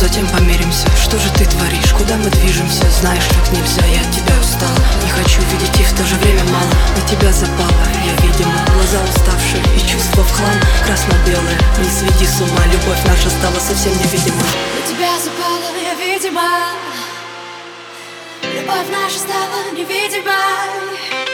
затем помиримся. Что же ты творишь, куда мы движемся? Знаешь, так нельзя, я от тебя устал. Не хочу видеть и в то же время мало. На тебя запала, я видимо. Глаза уставшие и чувства в хлам. Красно-белые, не сведи с ума. Любовь наша стала совсем невидима. На тебя запала, я видимо. Любовь наша стала невидимой.